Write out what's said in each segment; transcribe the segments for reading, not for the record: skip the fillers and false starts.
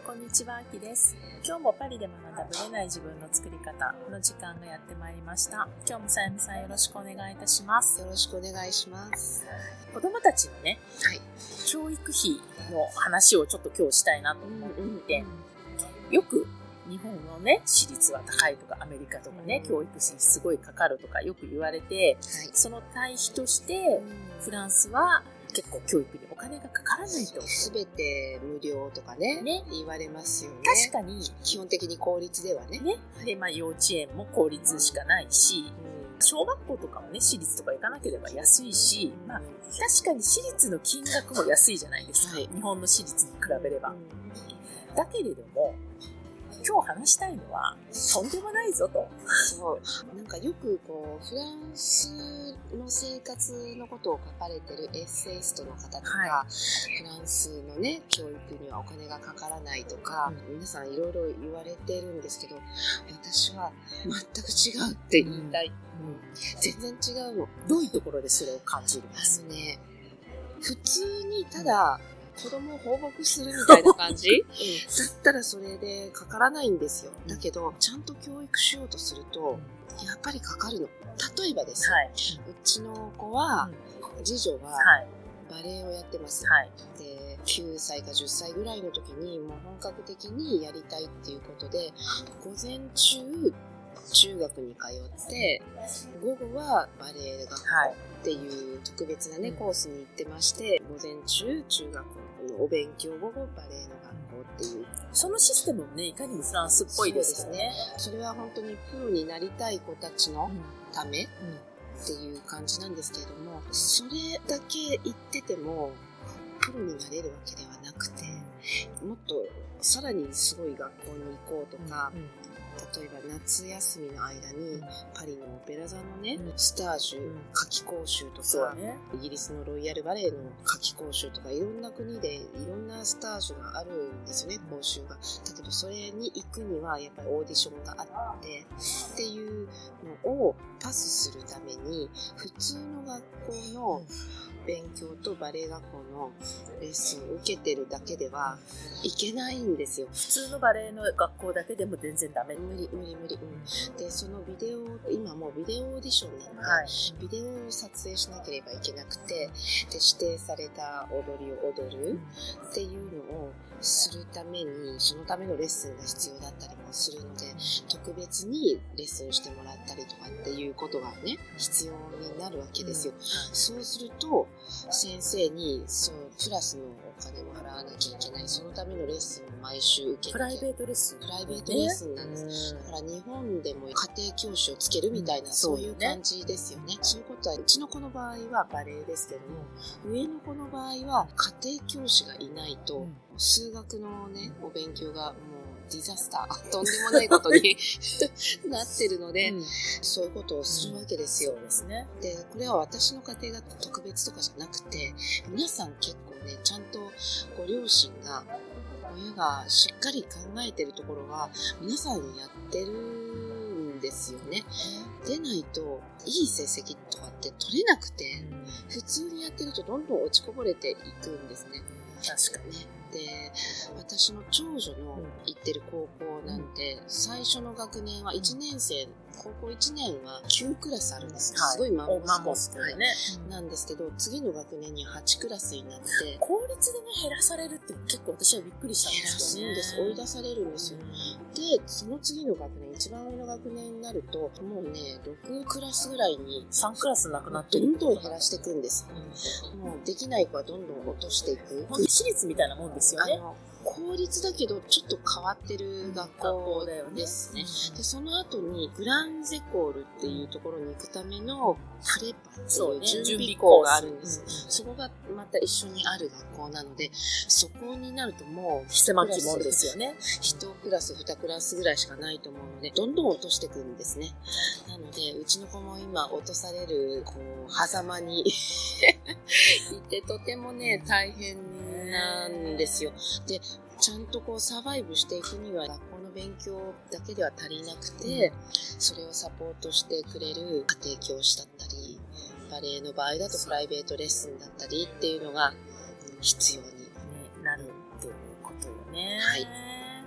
こんにちは、あきです。今日もパリで学んだブレない自分の作り方の時間がやってまいりました。今日もさやみさんよろしくお願いいたします。 よろしくお願いします。 子供たちのね、教育費の話をちょっと今日したいなと思って、よく日本のね、私立は高いとかアメリカとかね、教育費すごいかかるとかよく言われて、その対比としてフランスは結構教育にお金がかからないと。 すべて無料とかね言われますよね。 確かに。 基本的に公立ではね。 で、幼稚園も公立しかないし、小学校とかもね、私立とか行かなければ安いし、確かに私立の金額も安いじゃないですか。日本の私立に比べれば。だけれども、今日話したいのはとんでもないぞと。 そうなんかよくフランスの生活のことを書かれてるエッセイストの方とか、フランスのね教育にはお金がかからないとか、皆さんいろいろ言われてるんですけど、私は全く違うって言いたい。全然違うの。 どういうところでそれを感じるんですか？ 普通にただ子供を放牧するみたいな感じだったらそれでかからないんですよ。だけどちゃんと教育しようとするとやっぱりかかるの。例えばですよ、うちの子は、次女はバレエをやってます、で9歳か10歳ぐらいの時にもう本格的にやりたいっていうことで、午前中中学に通って午後はバレエ学校っていう特別なねコースに行ってまして、午前中中学のお勉強、午後バレエの学校っていう、 そのシステムもねいかにもフランスっぽいですよね。 それは本当にプロになりたい子たちのためっていう感じなんですけれども、それだけ言っててもプロになれるわけではなくて、もっとさらにすごい学校に行こうとか、例えば夏休みの間にパリのオペラ座のね、スタージュ夏期講習とか、イギリスのロイヤルバレエの夏期講習とか、いろんな国でいろんなスタージュがあるんですよね、講習が。だけどそれに行くにはやっぱりオーディションがあってっていうのをパスするために、普通の学校の勉強とバレエ学校のレッスンを受けてるだけではいけないんですよ。 普通のバレエの学校だけでも全然ダメ。 無理。で、そのビデオ、今もうビデオオーディションなので、ビデオを撮影しなければいけなくて、で指定された踊りを踊るっていうのをするために、そのためのレッスンが必要だったりもするので、特別にレッスンしてもらったりとかっていうことがね必要になるわけですよ。そうすると先生にプラスのお金を払わなきゃいけない。そのためのレッスンを毎週受けて、 プライベートレッスンなんです。だから日本でも家庭教師をつけるみたいな、そういう感じですよね。そういうことはうちの子の場合はバレエですけども、上の子の場合は家庭教師がいないと、数学のねお勉強がもうディザスター、とんでもないことになってるので、そういうことをするわけですよ。で、これは私の家庭が特別とかじゃなくて、皆さん結構ね、ちゃんとご両親が、親がしっかり考えてるところは、皆さんやってるんですよね。でないと、いい成績とかって取れなくて、普通にやってるとどんどん落ちこぼれていくんですね。 確かに。 で、私の長女の行ってる高校なんで、最初の学年は1年生、高校1年は9クラスあるんです。すごいマンモスなんですけど、次の学年には8クラスになって、 公立でね減らされるって結構私はびっくりしたんですよね。 追い出されるんですよ。で、その次の学年、一番上の学年になると、もうね、6クラスぐらいに 3クラスなくなってどんどん減らしていくんです。もうできない子はどんどん落としていく。 私立みたいなもんですよね。 公立だけどちょっと変わってる学校ですね。で、その後にグランゼコールっていうところに行くためのプレパっていう準備校があるんです。そこがまた一緒にある学校なので、そこになるともう狭き門ですよね。 1クラス2クラスぐらいしかないと思うので、どんどん落としていくんですね。なのでうちの子も今落とされる狭間にいて、とてもね大変なんですよ。で、ちゃんとサバイブしていくには学校の勉強だけでは足りなくて、それをサポートしてくれる家庭教師だったり、バレエの場合だとプライベートレッスンだったりっていうのが必要になるっていうことよね。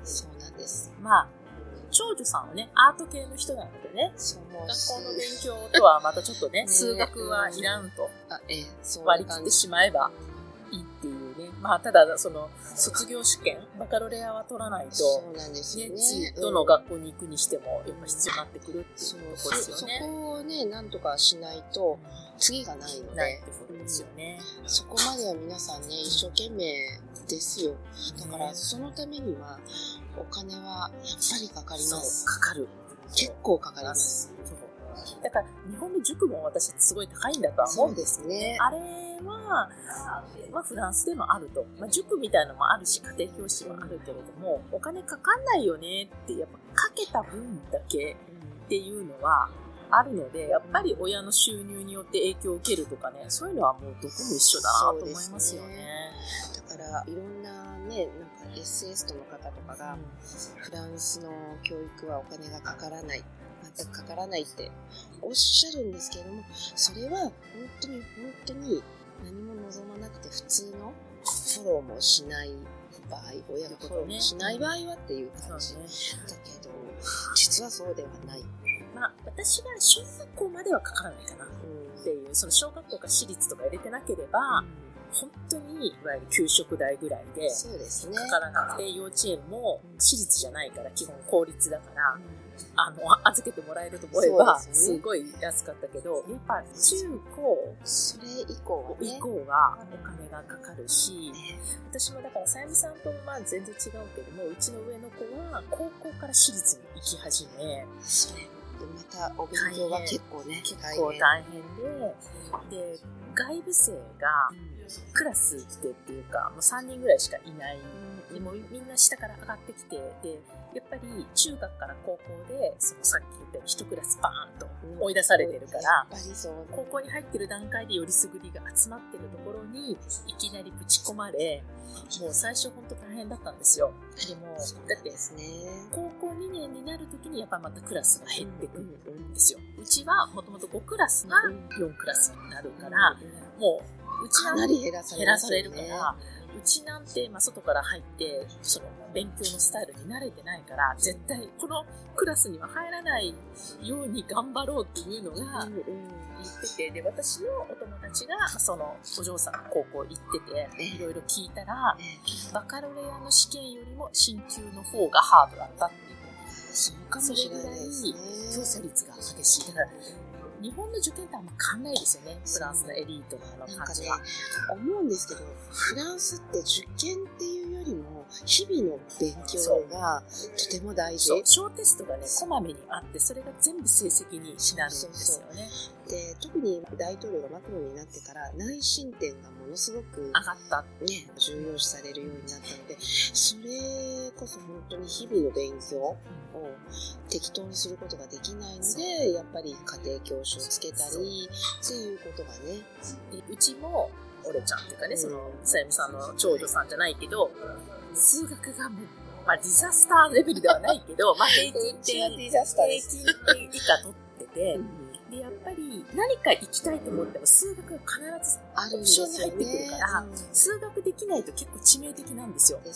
そうなんです。 まあ長女さんはね、アート系の人なのでね、学校の勉強とはまたちょっとね、数学はいらんと割り切ってしまえばいいっていうね。まあ、ただ、その、卒業試験、バカロレアは取らないと、 そうなんですよね。 次、どの学校に行くにしても、やっぱ必要になってくるっていうとこですよね。 そこをね、なんとかしないと、次がないので。 ないってことですよね。 そこまでは皆さんね、一生懸命ですよ。だから、そのためには、お金はやっぱりかかります。 かかる。 結構かかります。 だから日本の塾も私すごい高いんだとは思うんですね。あれは、フランスでもあると。塾みたいなのもあるし、家庭教師もあるけれども、お金かかんないよねって、やっぱかけた分だけっていうのはあるので、やっぱり親の収入によって影響を受けるとかね、そういうのはもうどこも一緒だなと思いますよね。 だからいろんなね、なんかエッセイストの方とかが、フランスの教育はお金がかからない。全くかからないっておっしゃるんですけれども、それは本当に何も望まなくて普通のフォローもしない場合、親がフォローもしない場合はっていう感じだけど、実はそうではない。 私が小学校まではかからないかなっていう、その小学校か私立とか入れてなければ、本当にいわゆる給食代ぐらいでかからなくて、幼稚園も私立じゃないから基本公立だから、預けてもらえると思えばすごい安かったけど、やっぱ中高それ以降はお金がかかるし、私もだからさゆみさんと全然違うけども、うちの上の子は高校から私立に行き始め、 それまたお勉強は結構大変で、外部生がクラスっていうかもう3人ぐらいしかいない。でもみんな下から上がってきて、でやっぱり中学から高校でそのさっき言ったように1クラスバーンと追い出されてるから、高校に入ってる段階でよりすぐりが集まってるところにいきなりぶち込まれ、もう最初本当大変だったんですよ。でもだって高校2年になるときにやっぱまたクラスが減ってくるんですよ。うちはもともと5クラスが4クラスになるから、もううちかなり減らされるから、うちなんて、外から入ってその勉強のスタイルに慣れてないから、絶対このクラスには入らないように頑張ろうっていうのが言ってて、で私のお友達がそのお嬢さんの高校行ってて、いろいろ聞いたら、バカロレアの試験よりも進級の方がハードだったっていう。 そうかもしれないですね。 競争率が激しい。だから日本の受験とあんま変わんないですよね、フランスのエリートの感じは。 思うんですけど、フランスって受験っていうよりも日々の勉強がとても大事。 小テストがね、こまめにあって、それが全部成績になるんですよね。 で、特に大統領がマクロンになってから内申点がものすごく上がったね、重要視されるようになったので、それこそ本当に日々の勉強を適当にすることができないので、やっぱり家庭教師をつけたりっていうことがね。 でうちもオレちゃんっていうかね、そのさゆみさんの長女さんじゃないけど、数学がもう、ディザスターレベルではないけど、平均点以下取ってて、でやっぱり何か行きたいと思っても数学が必ずオプションに入ってくるから、数学できないと結構致命的なんですよ。で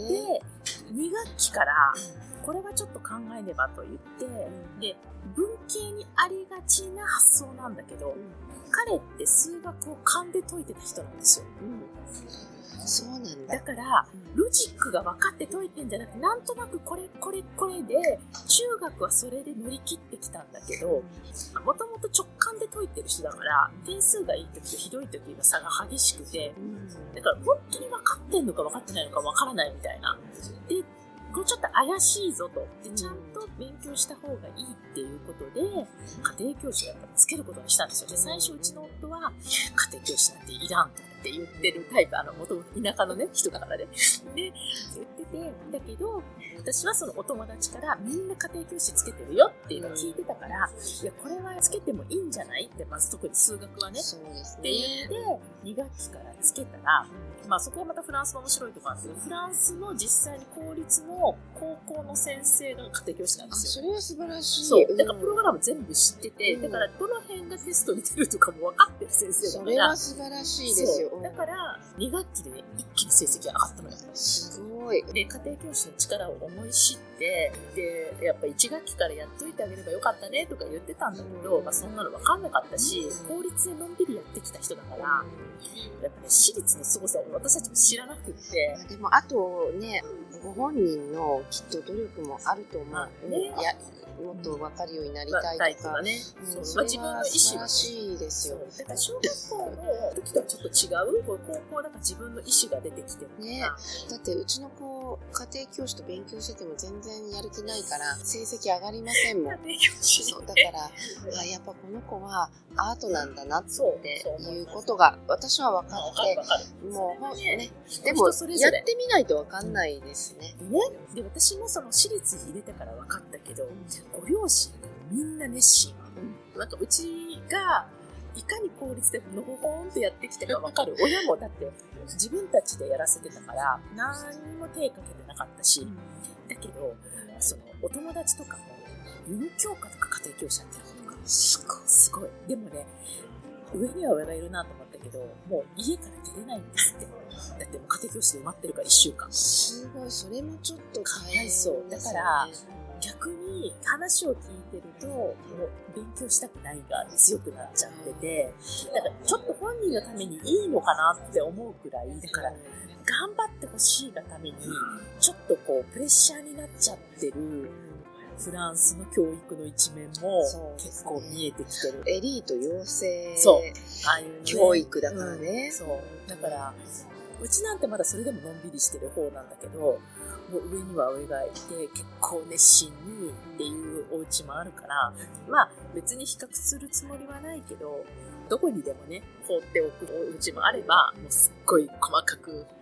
2学期からこれはちょっと考えねばと言って、で文系にありがちな発想なんだけど、彼って数学を勘で解いてた人なんですよ。 そうなんだから、ロジックが分かって解いてんじゃなくて、なんとなくこれで、中学はそれで乗り切ってきたんだけど、もともと直感で解いてる人だから、点数がいい時とひどい時の差が激しくて、だから本当に分かってんのか分かってないのか分からないみたいな。で、これちょっと怪しいぞと。で、ちゃんと勉強した方がいいっていうことで、家庭教師をやっぱつけることにしたんですよ。で、最初うちの夫は、家庭教師なんていらんと。って言ってるタイプ、もともと田舎のね、人だからね。で、言ってて、だけど、私はそのお友達からみんな家庭教師つけてるよっていうのを聞いてたから、いや、これはつけてもいいんじゃないって、まず特に数学はね。 そうですね。 って言って、2学期からつけたら、そこはまたフランスの面白いところなんですけど、フランスの実際に公立の高校の先生が家庭教師なんですよ。 それは素晴らしい。 そう。だからプログラム全部知ってて、だからどの辺がテストに出るとかも分かってる先生だから。 それは素晴らしいですよ。 だから2学期で一気に成績上がったのよ。 すごごい。 で、家庭教師の力を思い知って、で、やっぱ1学期からやっといてあげればよかったねとか言ってたんだけど、そんなの分かんなかったし、公立でのんびりやってきた人だから、やっぱね、私立の凄さを私たちも知らなくって。 でも、あとね、ご本人のきっと努力もあると思う。ね、もっと分かるようになりたいとか、 ね、それは自分の意思が素晴らしいですよ。 だから小学校の時とはちょっと違う、高校だから自分の意思が出てきてるね。だってうちの子、家庭教師と勉強してても全然やる気ないから成績上がりませんもん。 家庭教師そうだからやっぱこの子はアートなんだなっていうことが私は分かって、もうね、でもやってみないと分かんないですね。 で、私もその私立に入れてから分かったけど、ご両親がみんな熱心。なんかうちがいかに効率でのほほんとやってきたか分かる。親もだって自分たちでやらせてたから何にも手かけてなかったし、だけどそのお友達とかも義務教科とか家庭教師やってるのとかすごい。でもね、上には上がいるなと思ったけど、もう家から出れないんですって。だってもう家庭教師で埋まってるから1週間。 すごい、それもちょっとかわいそう。だから逆に話を聞いてると、もう勉強したくないが強くなっちゃってて、だからちょっと本人のためにいいのかなって思うくらい、だから頑張ってほしいがために、ちょっとこうプレッシャーになっちゃってるフランスの教育の一面も結構見えてきてる。 エリート養成教育だからね。 そう。だから、うちなんてまだそれでものんびりしてる方なんだけど、もう上には上がいて結構熱心にっていうお家もあるから、別に比較するつもりはないけど、どこにでもね、放っておくお家もあれば、もうすっごい細かく、でも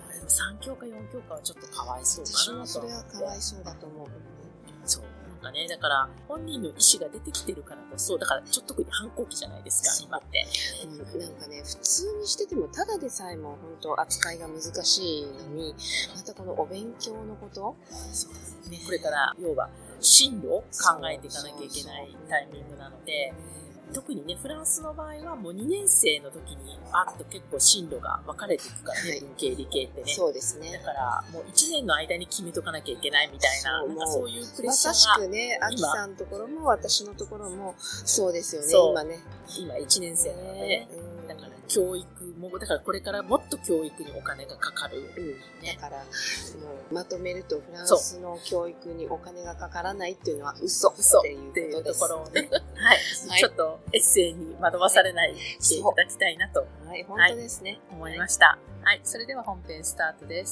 3教科4教科はちょっとかわいそうかなと思って。 私もそれはかわいそうだと思う。 そう。なんかね、だから本人の意思が出てきてるからこそ、だからちょっと特に反抗期じゃないですか、今って。 なんかね、普通にしててもただでさえも本当扱いが難しいのに、またこのお勉強のこと、 そうですね、これから要は進路を考えていかなきゃいけないタイミングなので、特にね、フランスの場合はもう2年生の時にバッと結構進路が分かれていくからね、文系理系ってね。 そうですね。 だからもう1年の間に決めとかなきゃいけないみたいな、なんかそういうプレッシャーが。 まさしくね、アキさんのところも私のところもそうですよね、今ね。 今1年生なのでね。だから教育も、だからこれからもっと教育にお金がかかる。 だからもうまとめるとフランスの教育にお金がかからないっていうのは嘘っていうことです。 ところをね、はい、ちょっとエッセイに惑わされないしていただきたいなと、 はい、本当ですね、 思いました。はい、それでは本編スタートです。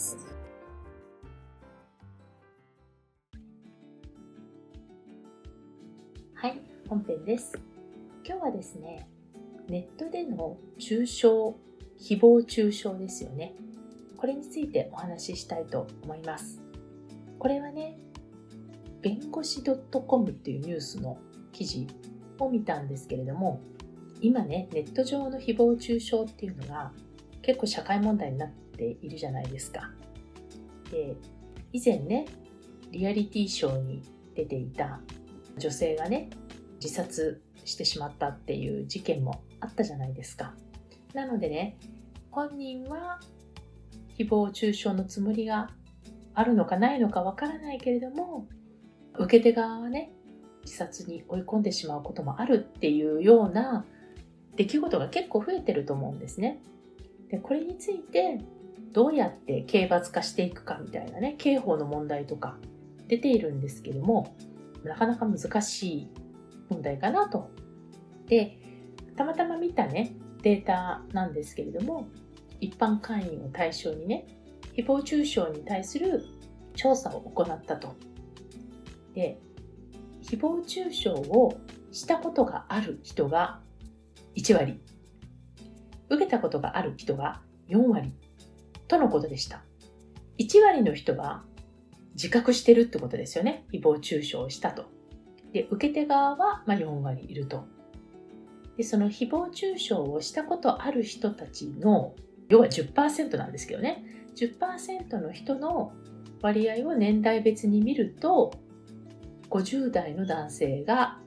はい、本編です。今日はですね、ネットでの中傷、誹謗中傷ですよね。これについてお話ししたいと思います。これはね、弁護士 .com っていうニュースの記事を見たんですけれども、今ね、ネット上の誹謗中傷っていうのが結構社会問題になっているじゃないですか。で、以前ね、リアリティショーに出ていた女性がね、自殺してしまったっていう事件もあったじゃないですか。なのでね、本人は誹謗中傷のつもりがあるのかないのかわからないけれども、受け手側はね、自殺に追い込んでしまうこともあるっていうような出来事が結構増えてると思うんですね。で、これについてどうやって刑罰化していくかみたいなね、刑法の問題とか出ているんですけども、なかなか難しい問題かなと。で、たまたま見たね、データなんですけれども、一般会員を対象にね、誹謗中傷に対する調査を行ったと。で、誹謗中傷をしたことがある人が1割、受けたことがある人が4割とのことでした。1割の人が自覚してるってことですよね。誹謗中傷をしたと。で、受け手側は4割いると。で、その誹謗中傷をしたことある人たちの、要は 10% なんですけどね。10% の人の割合を年代別に見ると、50代の男性が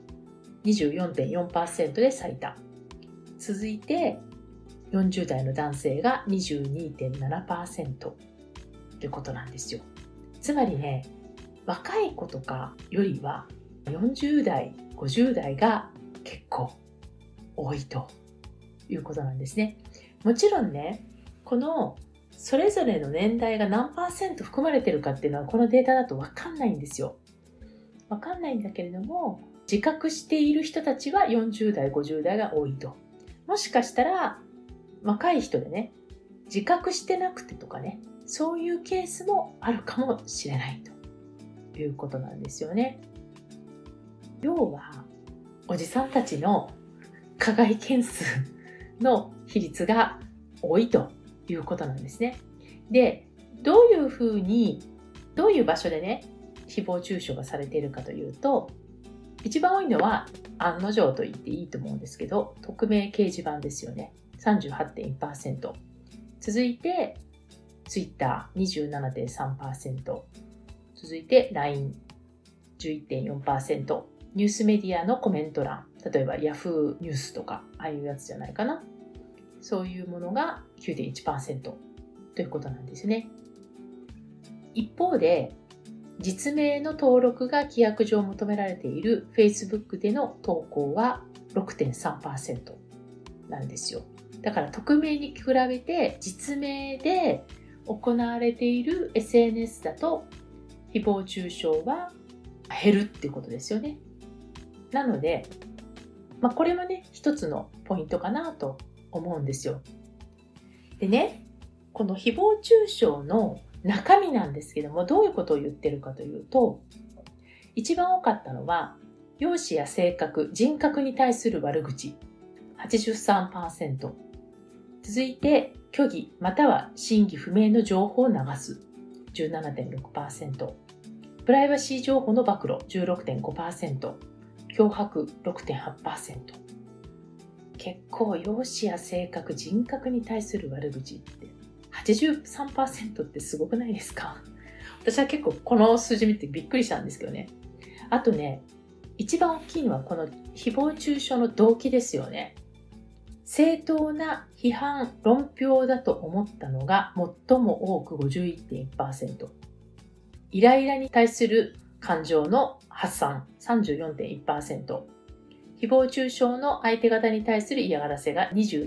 24.4% で最多。続いて40代の男性が 22.7%。 ってことなんですよ。つまりね、若い子とかよりは40代、50代が結構多いということなんですね。もちろんね、このそれぞれの年代が何%含まれてるかっていうのはこのデータだと分かんないんですよ。分かんないんだけれども、自覚している人たちは40代、50代が多いと。もしかしたら若い人でね、自覚してなくてとかね、そういうケースもあるかもしれないということなんですよね。要は、おじさんたちの加害件数の比率が多いということなんですね。で、どういう場所でね、誹謗中傷がされているかというと、一番多いのは案の定と言っていいと思うんですけど、匿名掲示板ですよね。38.1%。続いて、Twitter 27.3%。続いて LINE 11.4%。ニュースメディアのコメント欄。例えば Yahoo ニュースとか、ああいうやつじゃないかな。そういうものが 9.1% ということなんですね。一方で、実名の登録が規約上求められている Facebook での投稿は 6.3% なんですよ。だから匿名に比べて実名で行われている SNS だと誹謗中傷は減るっていうことですよね。なので、これもね、一つのポイントかなと思うんですよ。でね、この誹謗中傷の中身なんですけども、どういうことを言ってるかというと、一番多かったのは、容姿や性格、人格に対する悪口、83%。続いて、虚偽または真偽不明の情報を流す、17.6%。プライバシー情報の暴露、16.5%。脅迫、6.8%。結構、容姿や性格、人格に対する悪口って、83% ってすごくないですか？私は結構この数字見てびっくりしたんですけどね。あとね、一番大きいのはこの誹謗中傷の動機ですよね。正当な批判、論評だと思ったのが最も多く 51.1%。イライラに対する感情の発散 34.1%。誹謗中傷の相手方に対する嫌がらせが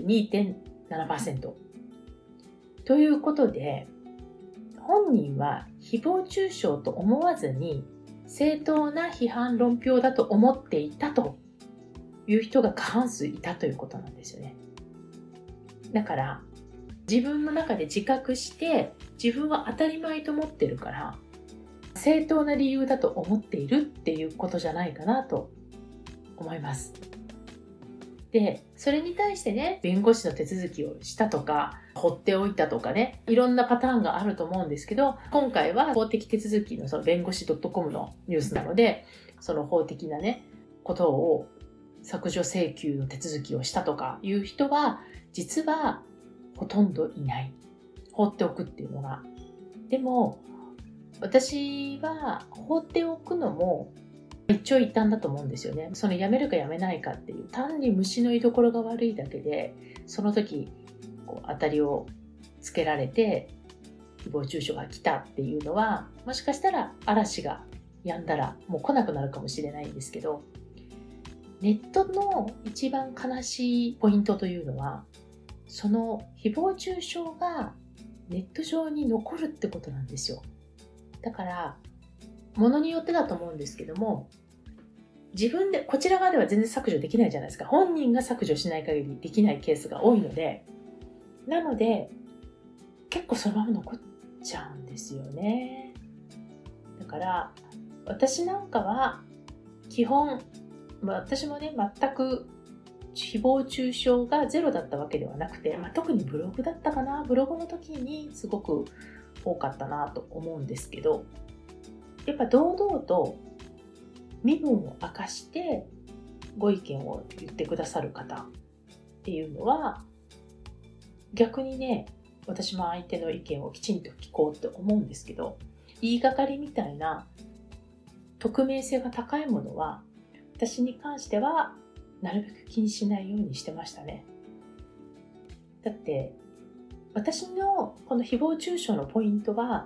22.7%。ということで、本人は誹謗中傷と思わずに正当な批判論評だと思っていたという人が過半数いたということなんですよね。だから自分の中で自覚して自分は当たり前と思ってるから正当な理由だと思っているっていうことじゃないかなと思います。で、それに対してね、弁護士の手続きをしたとか、放っておいたとかね、いろんなパターンがあると思うんですけど、今回は法的手続きのその弁護士 .com のニュースなので、その法的なね、ことを削除請求の手続きをしたとかいう人は、実はほとんどいない。放っておくっていうのが。でも、私は放っておくのも一長一短だと思うんですよね。そのやめるかやめないかっていう、単に虫の居所が悪いだけで、その時当たりをつけられて誹謗中傷が来たっていうのは、もしかしたら嵐が止んだらもう来なくなるかもしれないんですけど、ネットの一番悲しいポイントというのは、その誹謗中傷がネット上に残るってことなんですよ。だからものによってだと思うんですけども、自分でこちら側では全然削除できないじゃないですか。本人が削除しない限りできないケースが多いので、なので結構そのまま残っちゃうんですよね。だから私なんかは基本、私もね、全く誹謗中傷がゼロだったわけではなくて、特にブログだったかな。ブログの時にすごく多かったなと思うんですけど、やっぱ堂々と身分を明かしてご意見を言ってくださる方っていうのは、逆にね、私も相手の意見をきちんと聞こうって思うんですけど、言いがかりみたいな匿名性が高いものは、私に関してはなるべく気にしないようにしてましたね。だって私のこの誹謗中傷のポイントは、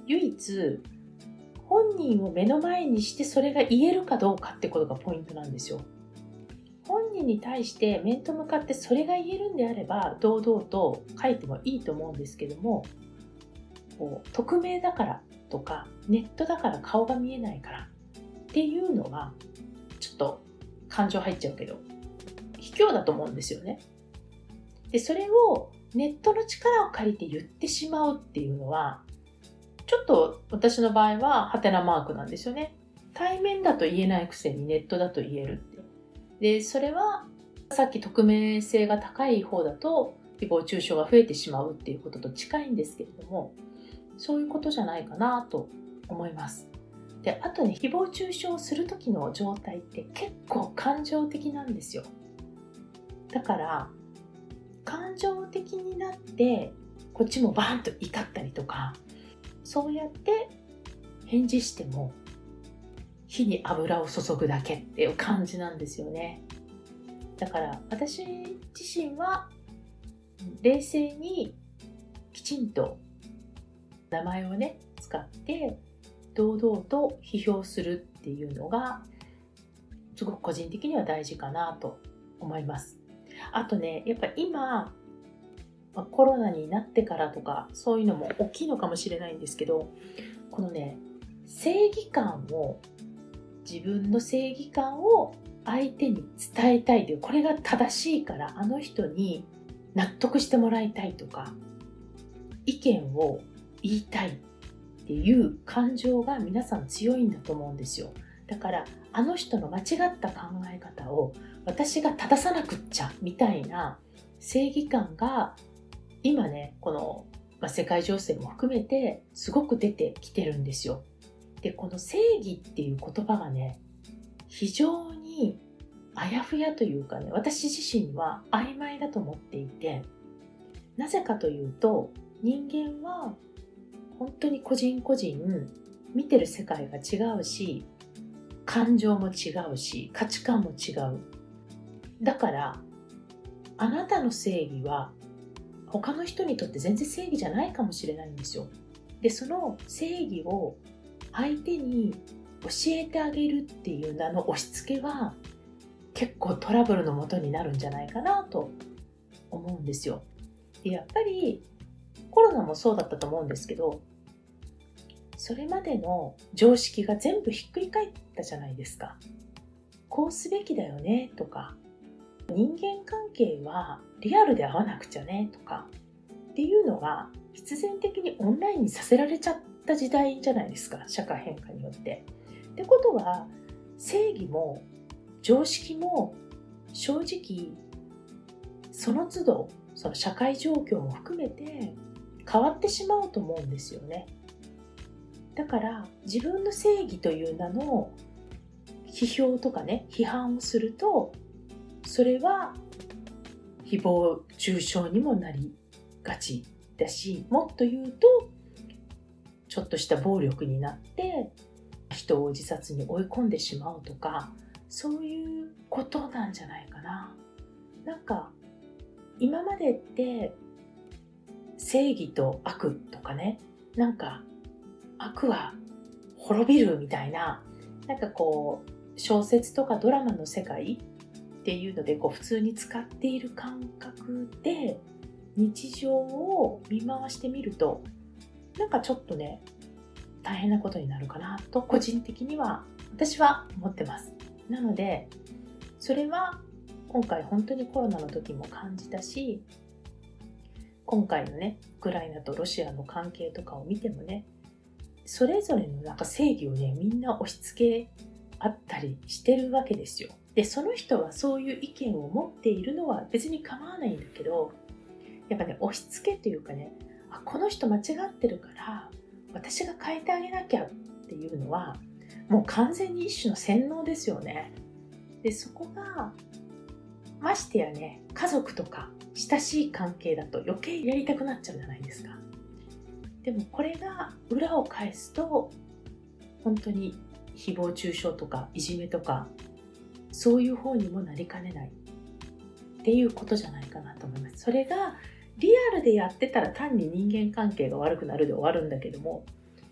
唯一本人を目の前にしてそれが言えるかどうかってことがポイントなんですよ。本人に対して面と向かってそれが言えるんであれば堂々と書いてもいいと思うんですけども、匿名だからとかネットだから顔が見えないからっていうのはちょっと感情入っちゃうけど卑怯だと思うんですよね。でそれをネットの力を借りて言ってしまうっていうのはちょっと私の場合はハテナマークなんですよね。対面だと言えないくせにネットだと言えるって。でそれはさっき匿名性が高い方だと誹謗中傷が増えてしまうっていうことと近いんですけれども、そういうことじゃないかなと思います。であとね、誹謗中傷をする時の状態って結構感情的なんですよ。だから感情的になってこっちもバーンと怒ったりとか、そうやって返事しても火に油を注ぐだけっていう感じなんですよね。だから私自身は冷静にきちんと名前をね使って堂々と批評するっていうのがすごく個人的には大事かなと思います。あとね、やっぱ今コロナになってからとかそういうのも大きいのかもしれないんですけど、このね正義感を、自分の正義感を相手に伝えたいという、これが正しいからあの人に納得してもらいたいとか意見を言いたいっていう感情が皆さん強いんだと思うんですよ。だからあの人の間違った考え方を私が正さなくっちゃみたいな正義感が今ね、この、世界情勢も含めてすごく出てきてるんですよ。でこの正義っていう言葉がね非常にあやふやというかね、私自身は曖昧だと思っていて、なぜかというと人間は本当に個人個人見てる世界が違うし、感情も違うし、価値観も違う。だからあなたの正義は他の人にとって全然正義じゃないかもしれないんですよ。でその正義を相手に教えてあげるっていう名の押し付けは結構トラブルの元になるんじゃないかなと思うんですよ。でやっぱりコロナもそうだったと思うんですけど、それまでの常識が全部ひっくり返ったじゃないですか。こうすべきだよねとか、人間関係はリアルで会わなくちゃねとかっていうのが必然的にオンラインにさせられちゃった時代じゃないですか、社会変化によって。ってことは正義も常識も正直その都度その社会状況も含めて変わってしまうと思うんですよね。だから自分の正義という名の批評とかね、批判をするとそれは誹謗中傷にもなりがちだし、もっと言うとちょっとした暴力になって人を自殺に追い込んでしまうとか、そういうことなんじゃないかな。なんか今までって正義と悪とかね、なんか悪は滅びるみたいな、なんかこう小説とかドラマの世界っていうのでこう普通に使っている感覚で日常を見回してみると、なんかちょっとね大変なことになるかなと個人的には私は思ってます。なのでそれは今回本当にコロナの時も感じたし、今回のねウクライナとロシアの関係とかを見てもね、それぞれのなんか正義をねみんな押し付けあったりしてるわけですよ。でその人はそういう意見を持っているのは別に構わないんだけど、やっぱね押し付けというかね、この人間違ってるから私が変えてあげなきゃっていうのはもう完全に一種の洗脳ですよね。でそこがましてやね、家族とか親しい関係だと余計やりたくなっちゃうじゃないですか。でもこれが裏を返すと本当に誹謗中傷とかいじめとかそういう方にもなりかねないっていうことじゃないかなと思います。それがリアルでやってたら単に人間関係が悪くなるで終わるんだけども、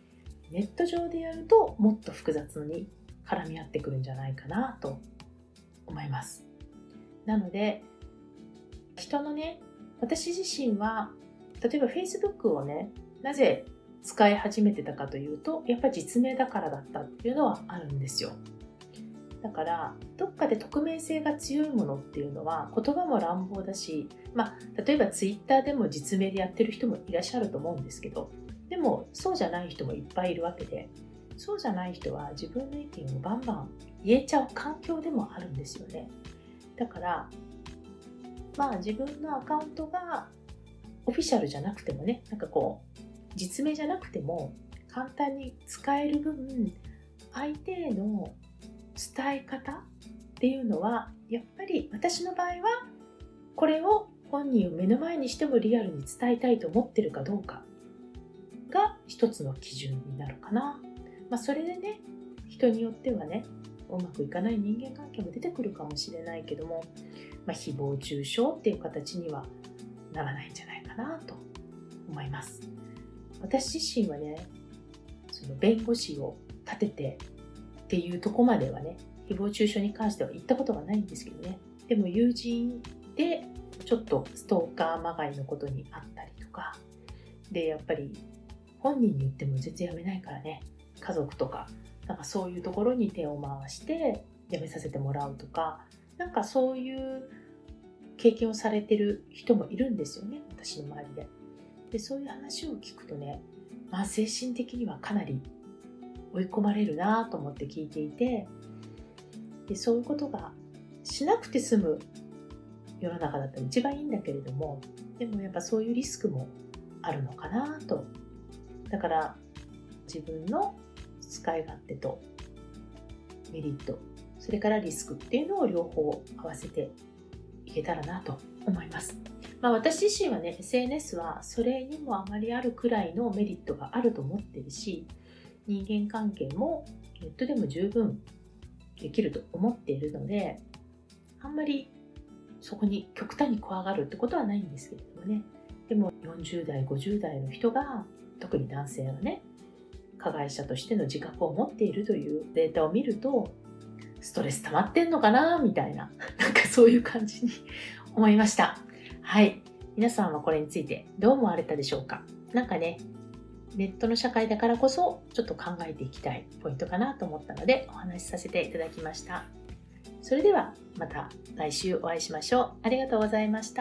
ネット上でやるともっと複雑に絡み合ってくるんじゃないかなと思います。なので人のね、私自身は例えば Facebook をね、なぜ使い始めてたかというと、やっぱり実名だからだったっていうのはあるんですよ。だからどっかで匿名性が強いものっていうのは言葉も乱暴だし、例えば Twitter でも実名でやってる人もいらっしゃると思うんですけど、でもそうじゃない人もいっぱいいるわけで、そうじゃない人は自分の意見をバンバン言えちゃう環境でもあるんですよね。だから自分のアカウントがオフィシャルじゃなくてもね、実名じゃなくても簡単に使える分、相手への伝え方っていうのはやっぱり私の場合はこれを本人を目の前にしてもリアルに伝えたいと思ってるかどうかが一つの基準になるかな。それでね、人によってはね、うまくいかない人間関係も出てくるかもしれないけども、誹謗中傷っていう形にはならないんじゃないかなと思います。私自身はね、その弁護士を立ててっていうとこまではね、誹謗中傷に関しては言ったことがないんですけどね。でも友人でちょっとストーカーまがいのことにあったりとかで、やっぱり本人に言っても全然やめないからね、家族とかそういうところに手を回してやめさせてもらうとか、そういう経験をされてる人もいるんですよね、私の周りで。で、そういう話を聞くとね、精神的にはかなり追い込まれるなと思って聞いていて、でそういうことがしなくて済む世の中だったら一番いいんだけれども、でもやっぱそういうリスクもあるのかなと。だから自分の使い勝手とメリット、それからリスクっていうのを両方合わせていけたらなと思います。私自身はね、 SNS はそれにもあまりあるくらいのメリットがあると思ってるし、人間関係もネットでも十分できると思っているので、あんまりそこに極端に怖がるってことはないんですけれどもね。でも40代50代の人が、特に男性はね、加害者としての自覚を持っているというデータを見ると、ストレス溜まってんのかなみたいな、そういう感じに思いました。はい、皆さんはこれについてどう思われたでしょうか。ね、ネットの社会だからこそちょっと考えていきたいポイントかなと思ったのでお話しさせていただきました。それではまた来週お会いしましょう。ありがとうございました。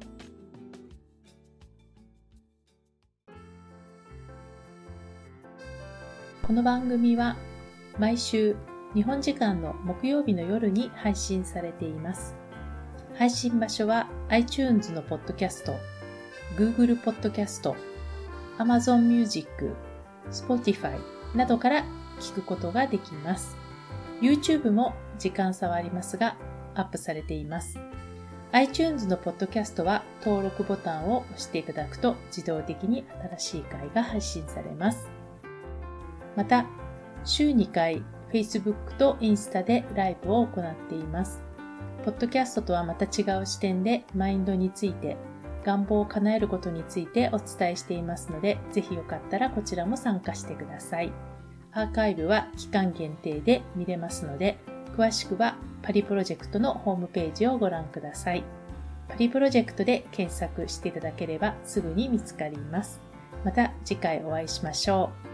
この番組は毎週日本時間の木曜日の夜に配信されています。配信場所は iTunes のポッドキャスト、Google ポッドキャスト、Amazon Music、Spotify などから聞くことができます。YouTube も時間差はありますがアップされています。iTunes のポッドキャストは登録ボタンを押していただくと自動的に新しい回が配信されます。また、週2回 Facebook とインスタでライブを行っています。ポッドキャストとはまた違う視点でマインドについて、願望を叶えることについてお伝えしていますので、ぜひよかったらこちらも参加してください。アーカイブは期間限定で見れますので、詳しくはパリプロジェクトのホームページをご覧ください。パリプロジェクトで検索していただければすぐに見つかります。また次回お会いしましょう。